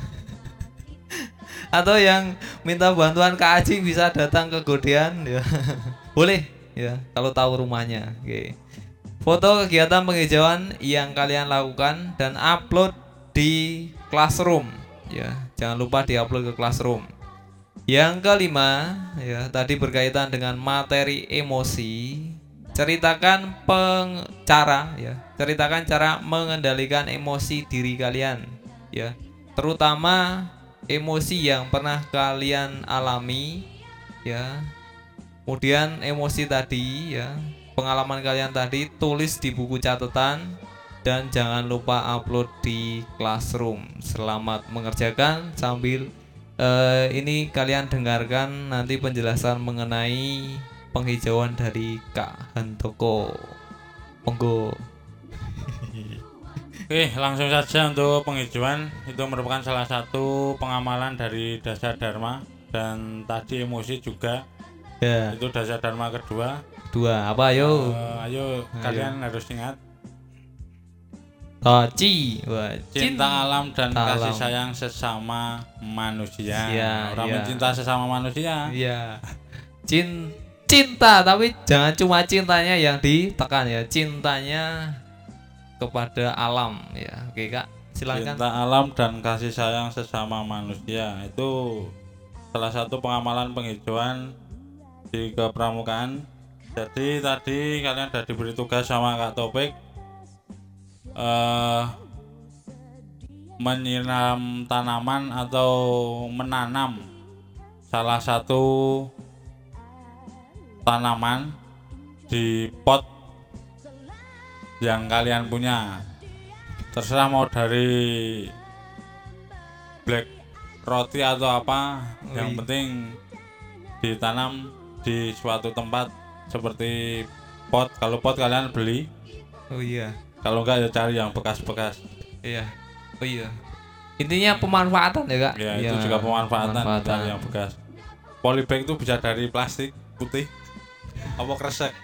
Atau yang minta bantuan Kak Aji bisa datang ke Godean ya. Boleh ya kalau tahu rumahnya. Oke. Foto kegiatan penghijauan yang kalian lakukan dan upload di Classroom ya. Jangan lupa diupload ke Classroom. Yang kelima ya, tadi berkaitan dengan materi emosi. Ceritakan ceritakan cara mengendalikan emosi diri kalian ya. Terutama emosi yang pernah kalian alami ya. Kemudian emosi tadi ya, pengalaman kalian tadi tulis di buku catatan dan jangan lupa upload di Classroom. Selamat mengerjakan sambil ini kalian dengarkan nanti penjelasan mengenai penghijauan dari Kak Handoko. Monggo. Oke, langsung saja untuk penghijauan. Itu merupakan salah satu pengamalan dari dasar dharma, dan tadi emosi juga Ya. itu dasar dharma kedua. Dua apa ayo? Ayo kalian harus ingat cinta alam dan kasih sayang sesama manusia. Orang mencinta sesama manusia. Iya. Cinta, tapi jangan cuma cintanya yang ditekan ya, cintanya kepada alam ya. Oke Kak, silakan. Cinta alam dan kasih sayang sesama manusia itu salah satu pengamalan penghijauan di kepramukaan. Jadi tadi kalian sudah diberi tugas sama Kak Topik menyiram tanaman atau menanam salah satu tanaman di pot yang kalian punya. Terserah mau dari black roti atau apa, yang penting ditanam di suatu tempat seperti pot. Kalau pot kalian beli. Oh iya. Kalau enggak ya cari yang bekas-bekas. Iya. Oh iya. Intinya pemanfaatan ya Kak. Ya, itu juga pemanfaatan. Cari yang bekas. Polybag itu bisa dari plastik putih apa kresek.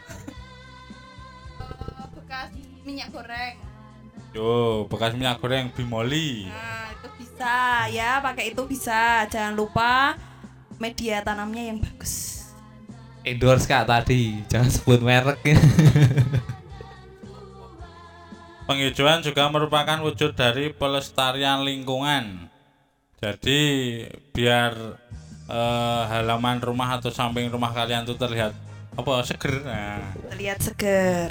Bekas minyak goreng. Yo, bekas minyak goreng Bimoli. Nah, itu bisa ya, pakai itu bisa. Jangan lupa media tanamnya yang bagus. Endorse Kak tadi, jangan sebut merek. Penghijauan juga merupakan wujud dari pelestarian lingkungan. Jadi biar halaman rumah atau samping rumah kalian tuh terlihat apa seger. Nah. Terlihat seger.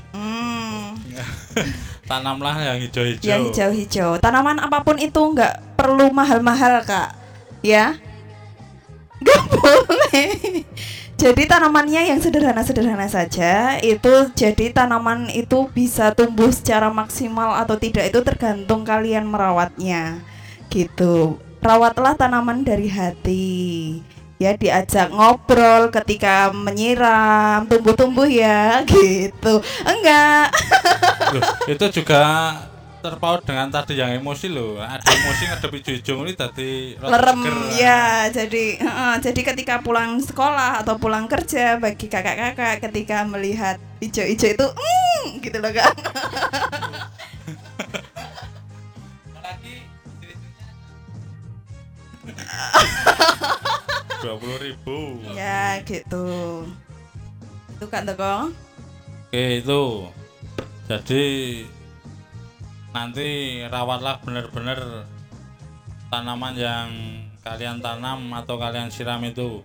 Tanamlah yang hijau-hijau. Yang hijau-hijau. Tanaman apapun itu nggak perlu mahal-mahal Kak. Ya? Nggak boleh. Jadi tanamannya yang sederhana-sederhana saja. Itu jadi tanaman itu bisa tumbuh secara maksimal atau tidak itu tergantung kalian merawatnya. Gitu. Rawatlah tanaman dari hati. Ya, diajak ngobrol ketika menyiram, tumbuh-tumbuh ya, gitu. Enggak. Loh, itu juga terpaut dengan tadi yang emosi loh. Ada emosi ngadep hijau-hijau ini tadi lerem ya. Jadi ketika pulang sekolah atau pulang kerja bagi kakak-kakak ketika melihat hijau-hijau itu gitu loh Kak. Rp20.000. Ya gitu. Itu Kak Toko. Oke, itu. Jadi nanti rawatlah benar-benar tanaman yang kalian tanam atau kalian siram itu.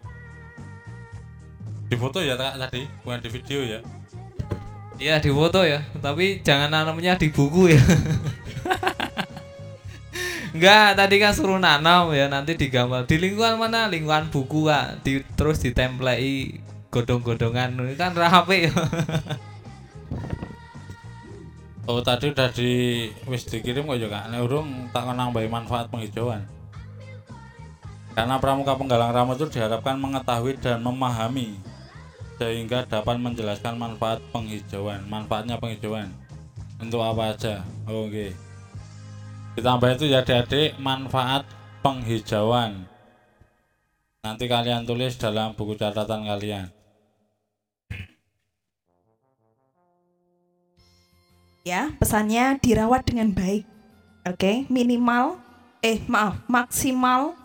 Di foto ya Kak tadi, bukan di video ya. Iya di foto ya, tapi jangan nanamnya di buku ya. Enggak, tadi kan suruh nanam ya, nanti digambar di lingkungan mana, lingkungan buku Kak, terus ditemplei godong-godongan kan rapi ya. Oh tadi udah wis dikirim kok juga. Nek urung tak nambahi manfaat penghijauan. Karena pramuka penggalang rama itu diharapkan mengetahui dan memahami sehingga dapat menjelaskan manfaat penghijauan. Manfaatnya penghijauan untuk apa aja? Oke. Ditambah itu ya adik-adik manfaat penghijauan. Nanti kalian tulis dalam buku catatan kalian. Ya, pesannya dirawat dengan baik. Oke, maksimal.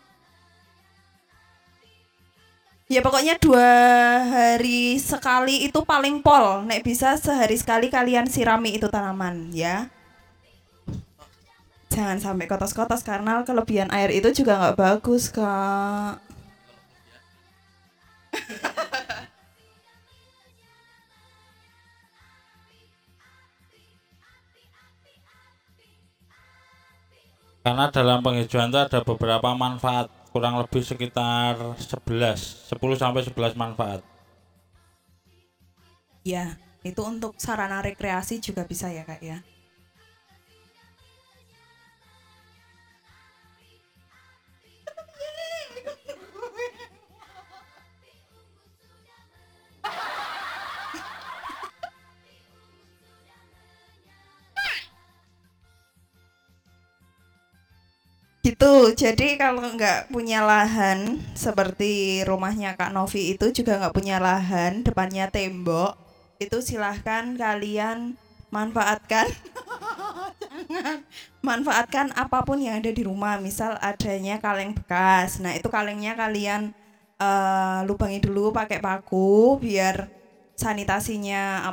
Ya pokoknya 2 hari sekali itu paling pol. Nek bisa sehari sekali kalian sirami itu tanaman ya. Jangan sampai kotos-kotos karena kelebihan air itu juga nggak bagus, Kak. Karena dalam penghijauan itu ada beberapa manfaat, kurang lebih sekitar 10 sampai 11 manfaat. Ya, itu untuk sarana rekreasi juga bisa ya, Kak ya. Gitu, jadi kalau nggak punya lahan seperti rumahnya Kak Novi itu juga nggak punya lahan, depannya tembok, itu silahkan kalian manfaatkan, jangan manfaatkan apapun yang ada di rumah, misal adanya kaleng bekas, nah itu kalengnya kalian lubangi dulu pakai paku biar sanitasinya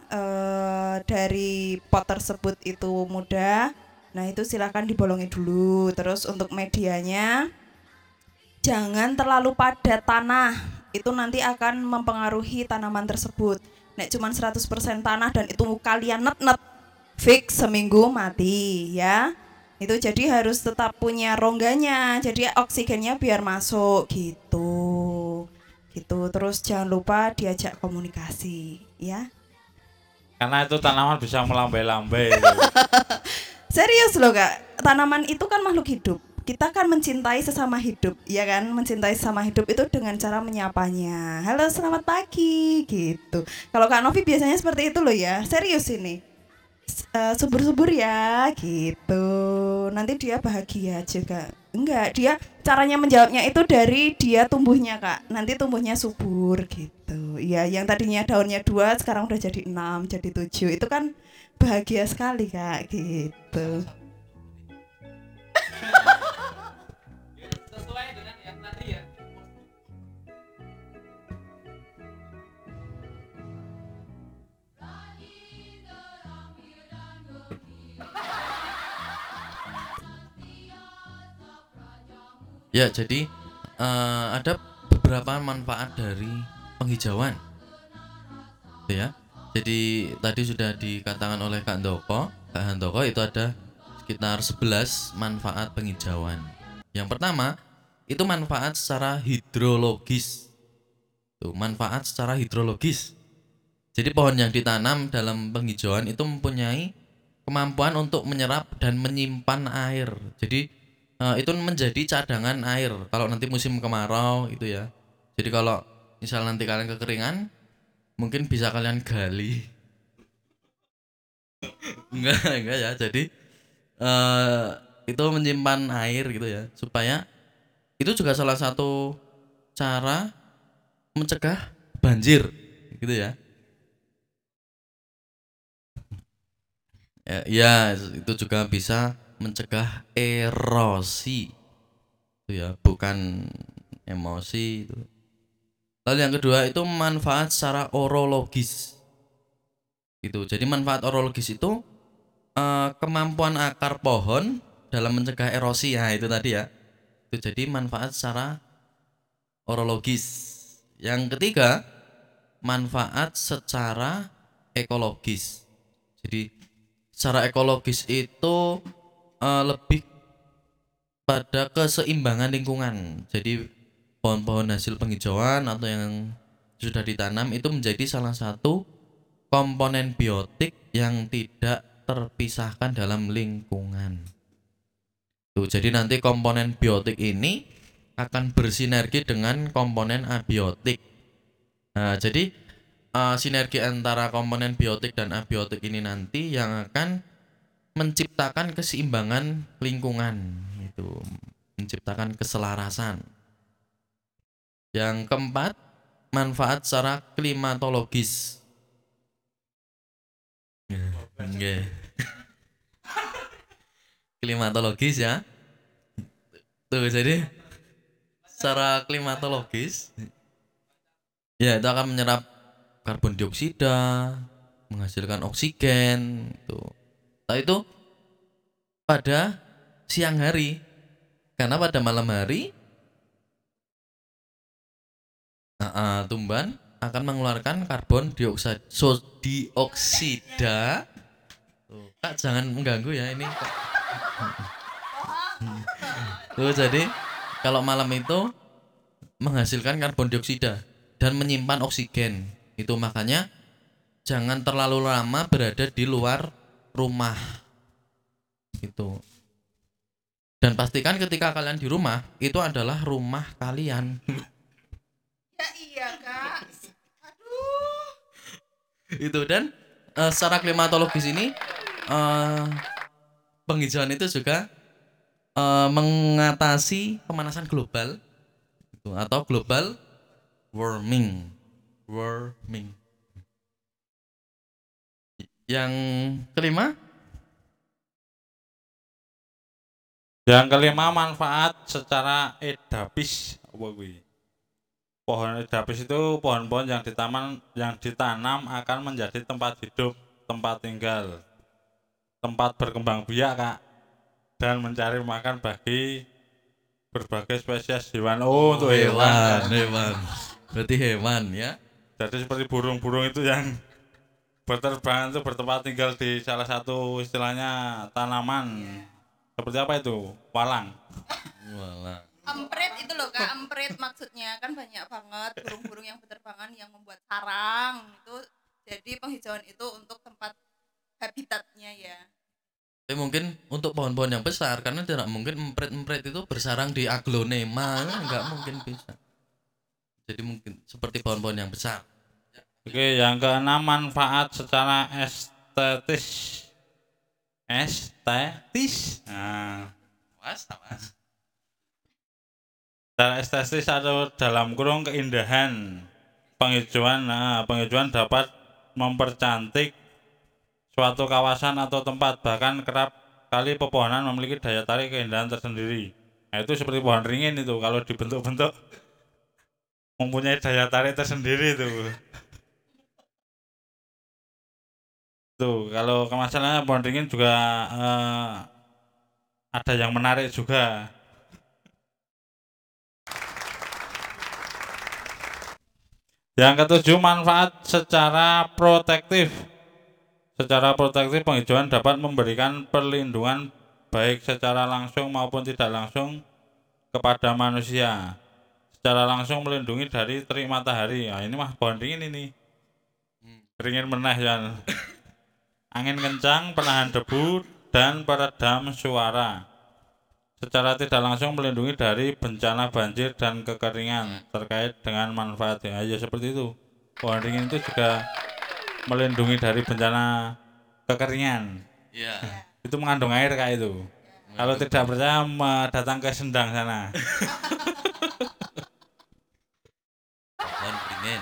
dari pot tersebut itu mudah. Nah itu silahkan dibolongi dulu. Terus untuk medianya jangan terlalu padat tanah. Itu nanti akan mempengaruhi tanaman tersebut. Nek cuman 100% tanah dan itu kalian net-net, fix seminggu mati ya. Itu jadi harus tetap punya rongganya. Jadi oksigennya biar masuk gitu. Gitu. Terus jangan lupa diajak komunikasi ya. Karena itu tanaman bisa melambai-lambai. Serius loh Kak, tanaman itu kan makhluk hidup. Kita kan mencintai sesama hidup, ya kan? Mencintai sesama hidup itu dengan cara menyapanya. Halo, selamat pagi, gitu. Kalau Kak Novi biasanya seperti itu loh ya, serius ini. Subur-subur ya, gitu. Nanti dia bahagia juga. Enggak, dia caranya menjawabnya itu dari dia tumbuhnya Kak. Nanti tumbuhnya subur gitu. Iya, yang tadinya daunnya 2 sekarang udah jadi 6, jadi 7. Itu kan bahagia sekali Kak gitu. Sesuai dengan yang tadi ya. Ya, jadi ada beberapa manfaat dari penghijauan. Gitu ya. Jadi tadi sudah dikatakan oleh Kak Handoko itu ada sekitar 11 manfaat penghijauan. Yang pertama, itu manfaat secara hidrologis. Tuh, manfaat secara hidrologis. Jadi pohon yang ditanam dalam penghijauan itu mempunyai kemampuan untuk menyerap dan menyimpan air. Jadi itu menjadi cadangan air kalau nanti musim kemarau itu ya. Jadi kalau misal nanti kalian kekeringan, mungkin bisa kalian gali. enggak ya. Jadi itu menyimpan air gitu ya, supaya itu juga salah satu cara mencegah banjir gitu ya. Ya, itu juga bisa mencegah erosi itu ya, bukan emosi itu. Lalu yang kedua itu manfaat secara orologis gitu. Jadi manfaat orologis itu kemampuan akar pohon dalam mencegah erosi ya, itu tadi ya. Itu jadi manfaat secara orologis. Yang ketiga, manfaat secara ekologis. Jadi secara ekologis itu lebih pada keseimbangan lingkungan. Jadi pohon-pohon hasil penghijauan atau yang sudah ditanam itu menjadi salah satu komponen biotik yang tidak terpisahkan dalam lingkungan. Tuh, jadi nanti komponen biotik ini akan bersinergi dengan komponen abiotik. Nah, jadi sinergi antara komponen biotik dan abiotik ini nanti yang akan menciptakan keseimbangan lingkungan, itu menciptakan keselarasan. Yang keempat, manfaat secara klimatologis. Nggih. Klimatologis ya. Tuh, jadi secara klimatologis ya itu akan menyerap karbon dioksida, menghasilkan oksigen tuh. Nah, itu pada siang hari. Karena pada malam hari tumbuhan akan mengeluarkan karbon dioksida. Tuh, Kak jangan mengganggu ya ini. Tuh, jadi kalau malam itu menghasilkan karbon dioksida dan menyimpan oksigen. Itu makanya jangan terlalu lama berada di luar rumah. Itu. Dan pastikan ketika kalian di rumah, itu adalah rumah kalian. Ya iya Kak. Itu dan secara klimatologis ini penghijauan itu juga mengatasi pemanasan global gitu, atau global warming. Yang kelima, Yang kelima, manfaat secara edapis. Apa kuwi? Pohon edapis itu pohon-pohon yang ditanam akan menjadi tempat hidup, tempat tinggal, tempat berkembang biak, Kak, dan mencari makan bagi berbagai spesies hewan. Oh, untuk hewan. hewan. Berarti hewan ya. Jadi seperti burung-burung itu yang berterbangan itu bertempat tinggal di salah satu istilahnya tanaman. Seperti apa itu? Walang. Walah. Emprit itu loh Kak, emprit maksudnya kan banyak banget burung-burung yang berterbangan yang membuat sarang itu. Jadi penghijauan itu untuk tempat habitatnya ya. Tapi mungkin untuk pohon-pohon yang besar, karena tidak mungkin empret-empret itu bersarang di aglonema, nggak mungkin bisa. Jadi mungkin seperti pohon-pohon yang besar. Oke, yang keenam, manfaat secara estetis. Nah, Mas. secara estetis atau dalam kurung keindahan penghijauan. Nah, penghijauan dapat mempercantik suatu kawasan atau tempat, bahkan kerap kali pepohonan memiliki daya tarik keindahan tersendiri. Nah, itu seperti pohon ringin itu kalau dibentuk-bentuk mempunyai daya tarik tersendiri itu. Tuh, kalau masalahnya pohon ringin juga ada yang menarik juga. Yang ketujuh, manfaat secara protektif. Secara protektif, penghijauan dapat memberikan perlindungan baik secara langsung maupun tidak langsung kepada manusia. Secara langsung melindungi dari terik matahari. Nah, ini mah pohon ringin ini. Ringin meneh ya. Angin kencang, penahan debu, dan peredam suara. Secara tidak langsung melindungi dari bencana banjir dan kekeringan terkait dengan manfaatnya. Ya seperti itu. Pohon ringin itu juga melindungi dari bencana kekeringan. Iya. Itu mengandung air Kak itu. Kalau tidak percaya datang ke Sendang sana. Pohon beringin.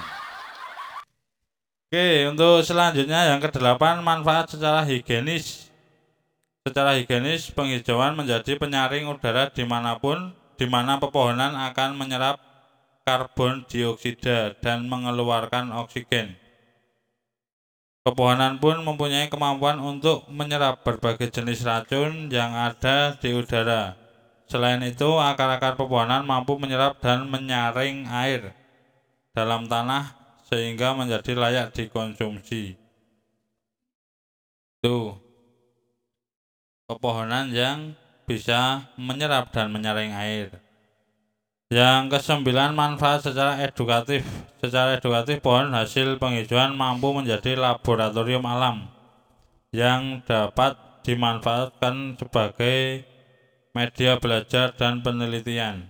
Oke, untuk selanjutnya yang kedelapan, manfaat secara higienis. Secara higienis, penghijauan menjadi penyaring udara dimanapun, di mana pepohonan akan menyerap karbon dioksida dan mengeluarkan oksigen. Pepohonan pun mempunyai kemampuan untuk menyerap berbagai jenis racun yang ada di udara. Selain itu, akar-akar pepohonan mampu menyerap dan menyaring air dalam tanah sehingga menjadi layak dikonsumsi. Tuh, pepohonan yang bisa menyerap dan menyaring air. Yang kesembilan, manfaat secara edukatif. Secara edukatif, pohon hasil penghijauan mampu menjadi laboratorium alam yang dapat dimanfaatkan sebagai media belajar dan penelitian.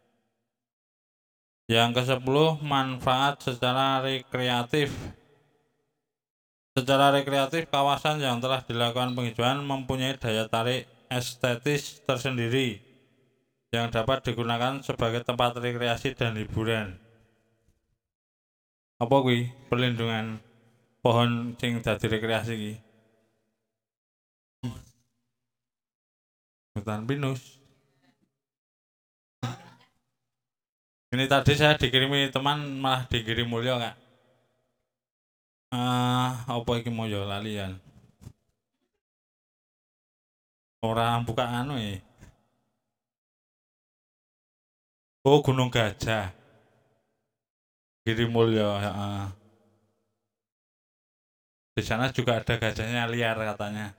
Yang ke-10, manfaat secara rekreatif. Secara rekreatif, kawasan yang telah dilakukan penghijauan mempunyai daya tarik estetis tersendiri yang dapat digunakan sebagai tempat rekreasi dan hiburan. apa kuwi perlindungan pohon sing dadi rekreasi iki. Hutan pinus. Ini tadi saya dikirimi teman malah dikirim Mulyo Kak. Apa iki Mulyo lalian. Orang buka anu ya. Oh Gunung Gajah. Giri Mulyo, ya. Di sana juga ada gajahnya liar katanya.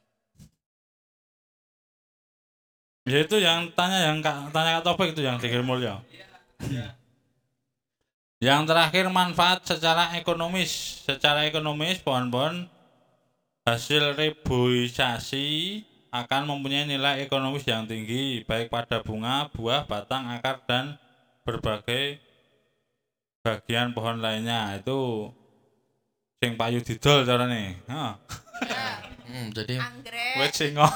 Ya itu yang tanya Kak Taufik itu yang di Giri Mulyo. Yang terakhir manfaat secara ekonomis. Secara ekonomis pohon-pohon hasil reboisasi akan mempunyai nilai ekonomis yang tinggi baik pada bunga, buah, batang, akar dan berbagai bagian pohon lainnya. Itu sing payu didol carane. Heeh. Jadi Wit singon.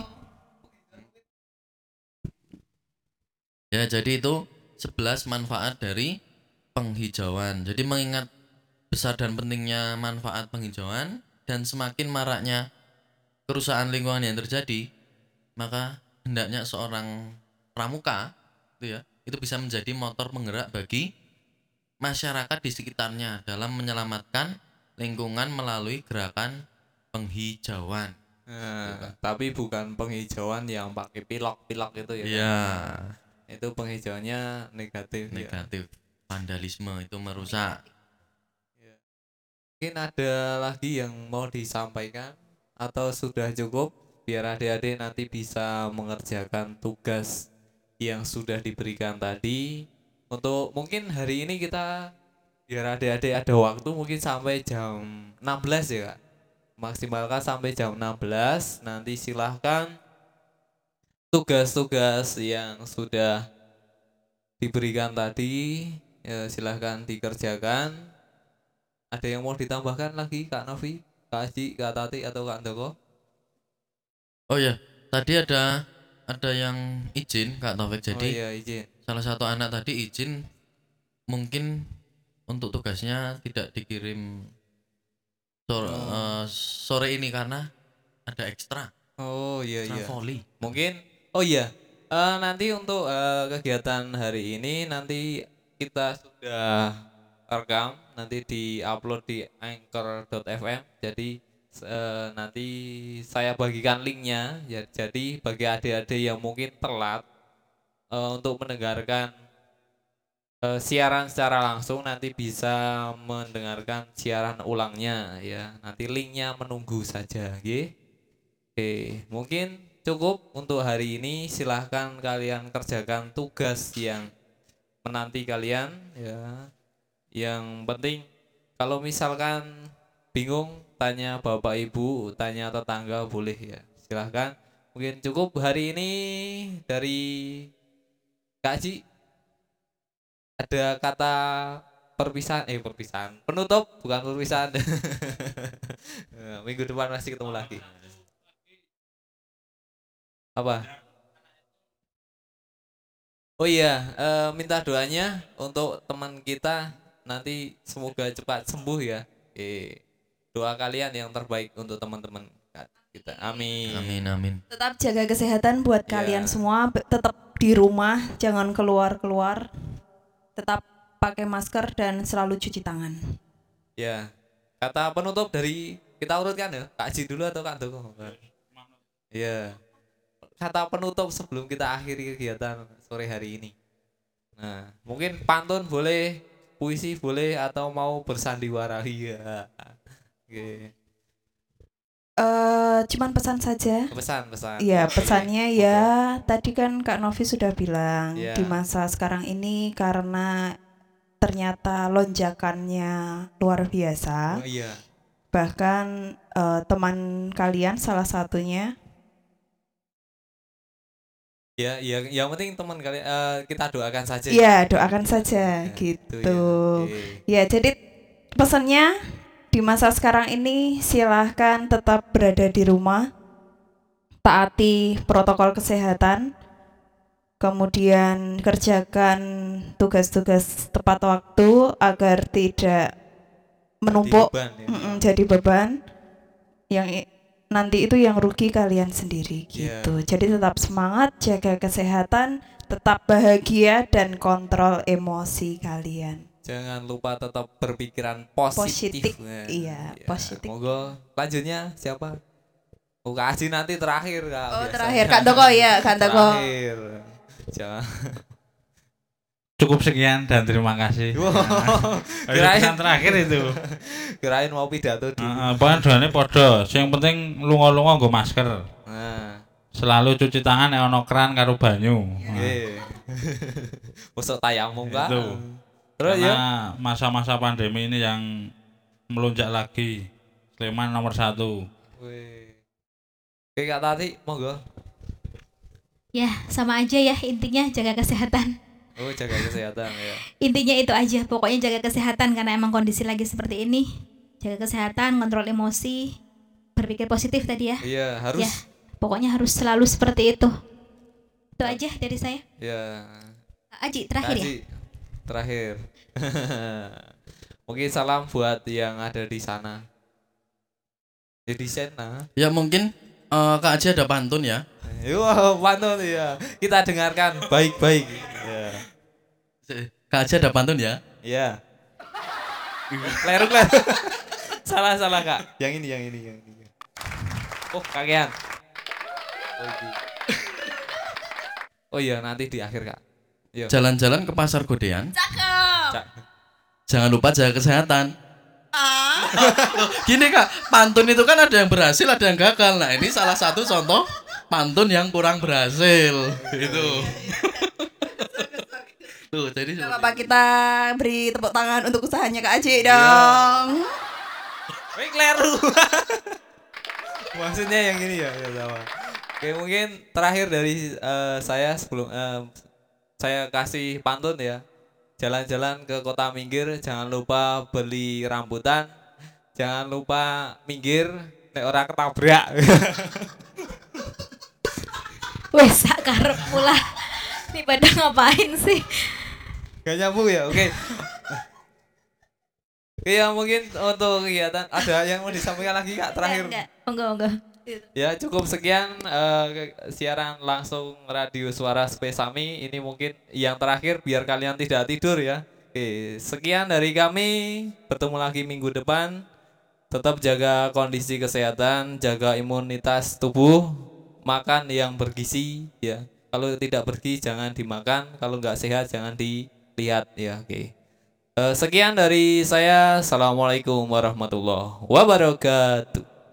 ya jadi itu 11 manfaat dari penghijauan. Jadi mengingat besar dan pentingnya manfaat penghijauan dan semakin maraknya kerusakan lingkungan yang terjadi, maka hendaknya seorang pramuka itu bisa menjadi motor penggerak bagi masyarakat di sekitarnya dalam menyelamatkan lingkungan melalui gerakan penghijauan. Tapi bukan penghijauan yang pakai pilok-pilok itu ya. Iya. Itu penghijauannya negatif. Negatif. Vandalisme itu merusak. Mungkin ada lagi yang mau disampaikan atau sudah cukup biar adik-adik nanti bisa mengerjakan tugas yang sudah diberikan tadi. Untuk mungkin hari ini kita biar adik-adik ada waktu mungkin sampai jam 16 ya Kak. Maksimalkan sampai jam 16. Nanti silahkan tugas-tugas yang sudah diberikan tadi silahkan dikerjakan. Ada yang mau ditambahkan lagi Kak Novi, Kak Aji, Kak Tati atau Kak Doko? Oh ya, tadi ada yang izin Kak Taufik. Jadi izin. salah satu anak tadi izin mungkin untuk tugasnya tidak dikirim sore ini karena ada ekstra. Ekstra volley. Mungkin nanti untuk kegiatan hari ini nanti kita sudah rekam, nanti di-upload di anchor.fm. Jadi nanti saya bagikan linknya ya. Jadi bagi adik-adik yang mungkin telat untuk mendengarkan siaran secara langsung nanti bisa mendengarkan siaran ulangnya ya. Nanti linknya menunggu saja, nggih. Oke, mungkin cukup untuk hari ini. Silahkan kalian kerjakan tugas yang menanti kalian ya. Yang penting kalau misalkan bingung tanya bapak ibu, tanya tetangga boleh ya. Silahkan. Mungkin cukup hari ini dari Kak Ji. Ada kata perpisahan penutup bukan perpisahan. Minggu depan masih ketemu lagi. Apa? Oh iya, minta doanya untuk teman kita nanti semoga cepat sembuh ya. Doa kalian yang terbaik untuk teman-teman kita. Amin. Amin. Tetap jaga kesehatan buat kalian semua. Tetap di rumah, jangan keluar-keluar. Tetap pakai masker dan selalu cuci tangan. Ya. Kata penutup dari kita urutkan ya. Kak Ji dulu atau Kak Doko? Iya. Kata penutup sebelum kita akhiri kegiatan sore hari ini. Nah, mungkin pantun boleh, puisi boleh, atau mau bersandiwara. Iya. Oke. Cuman pesan saja. Pesan. Iya, pesannya ya tadi kan Kak Novi sudah bilang di masa sekarang ini karena ternyata lonjakannya luar biasa. Oh iya. Bahkan teman kalian salah satunya. Ya, yang penting teman kalian kita doakan saja. Iya, doakan saja gitu. Ya, jadi pesannya di masa sekarang ini silahkan tetap berada di rumah, taati protokol kesehatan, kemudian kerjakan tugas-tugas tepat waktu agar tidak menumpuk Jadi beban, ya. jadi beban yang nanti itu yang rugi kalian sendiri Iya. gitu. Jadi tetap semangat, jaga kesehatan, tetap bahagia dan kontrol emosi kalian. Jangan lupa tetap berpikiran positif. Positif, iya, positif. Monggo lanjutnya siapa? Oh, Kak Aji nanti terakhir Kak. Oh, biasanya. terakhir Kak Toko ya, Kak Toko. Terakhir. Jangan. Cukup sekian dan terima kasih. Wow. Ayo, Kirain- pesan terakhir itu. Kirain mau pidato dulu. Pokoknya doanya podo. Yang penting lunga-lunga nggo masker. Nah, Selalu cuci tangan nek ono keran karo banyu. nggih. Masuk tayamum Kak. Itu. Terus ya. Karena masa-masa pandemi ini yang melonjak lagi. Sleman nomor 1. Wih. Oke Kak Tati, monggo. Ya, sama aja ya, intinya jaga kesehatan. Oh, jaga kesehatan ya. Intinya itu aja, pokoknya jaga kesehatan karena emang kondisi lagi seperti ini. Jaga kesehatan, kontrol emosi, berpikir positif tadi ya. Iya, harus. Ya, pokoknya harus selalu seperti itu. Itu aja dari saya. Ya. Kak Aji, terakhir ya. Kasih. Terakhir. Mungkin salam buat yang ada di sana. Di sana. Ya mungkin Kak Aji ada pantun ya. Wow, pantun ya. Kita dengarkan baik-baik. Ya. Kak Aji ada pantun ya. Iya. Kleru. Salah Kak. Yang ini. Oh, kakean. Oh iya, nanti di akhir Kak. Yo. Jalan-jalan ke pasar Godean. Cak. Jangan lupa jaga kesehatan. Loh, gini Kak, pantun itu kan ada yang berhasil, ada yang gagal. Nah ini salah satu contoh pantun yang kurang berhasil. Itu. Tuh, jadi Gak apa-apa, kita beri tepuk tangan untuk usahanya Kak Aji dong. Wih, kleru. Maksudnya yang ini ya sama. Oke, mungkin terakhir dari saya sebelum saya kasih pantun ya. Jalan-jalan ke Kota Minggir, jangan lupa beli rambutan. Jangan lupa minggir nek ora ketabrak. Wes, sak karep pula. Ini pada ngapain sih? Gak nyambung ya, oke. Iya mungkin untuk kegiatan ada yang mau disampaikan lagi Kak terakhir. Enggak. Monggo. Ya cukup sekian siaran langsung radio suara Spesami. Ini mungkin yang terakhir biar kalian tidak tidur ya. Oke, sekian dari kami. Bertemu lagi minggu depan. Tetap jaga kondisi kesehatan, jaga imunitas tubuh, makan yang bergizi ya. Kalau tidak bergizi jangan dimakan, kalau nggak sehat jangan dilihat ya. Oke. Sekian dari saya. Assalamualaikum warahmatullahi wabarakatuh.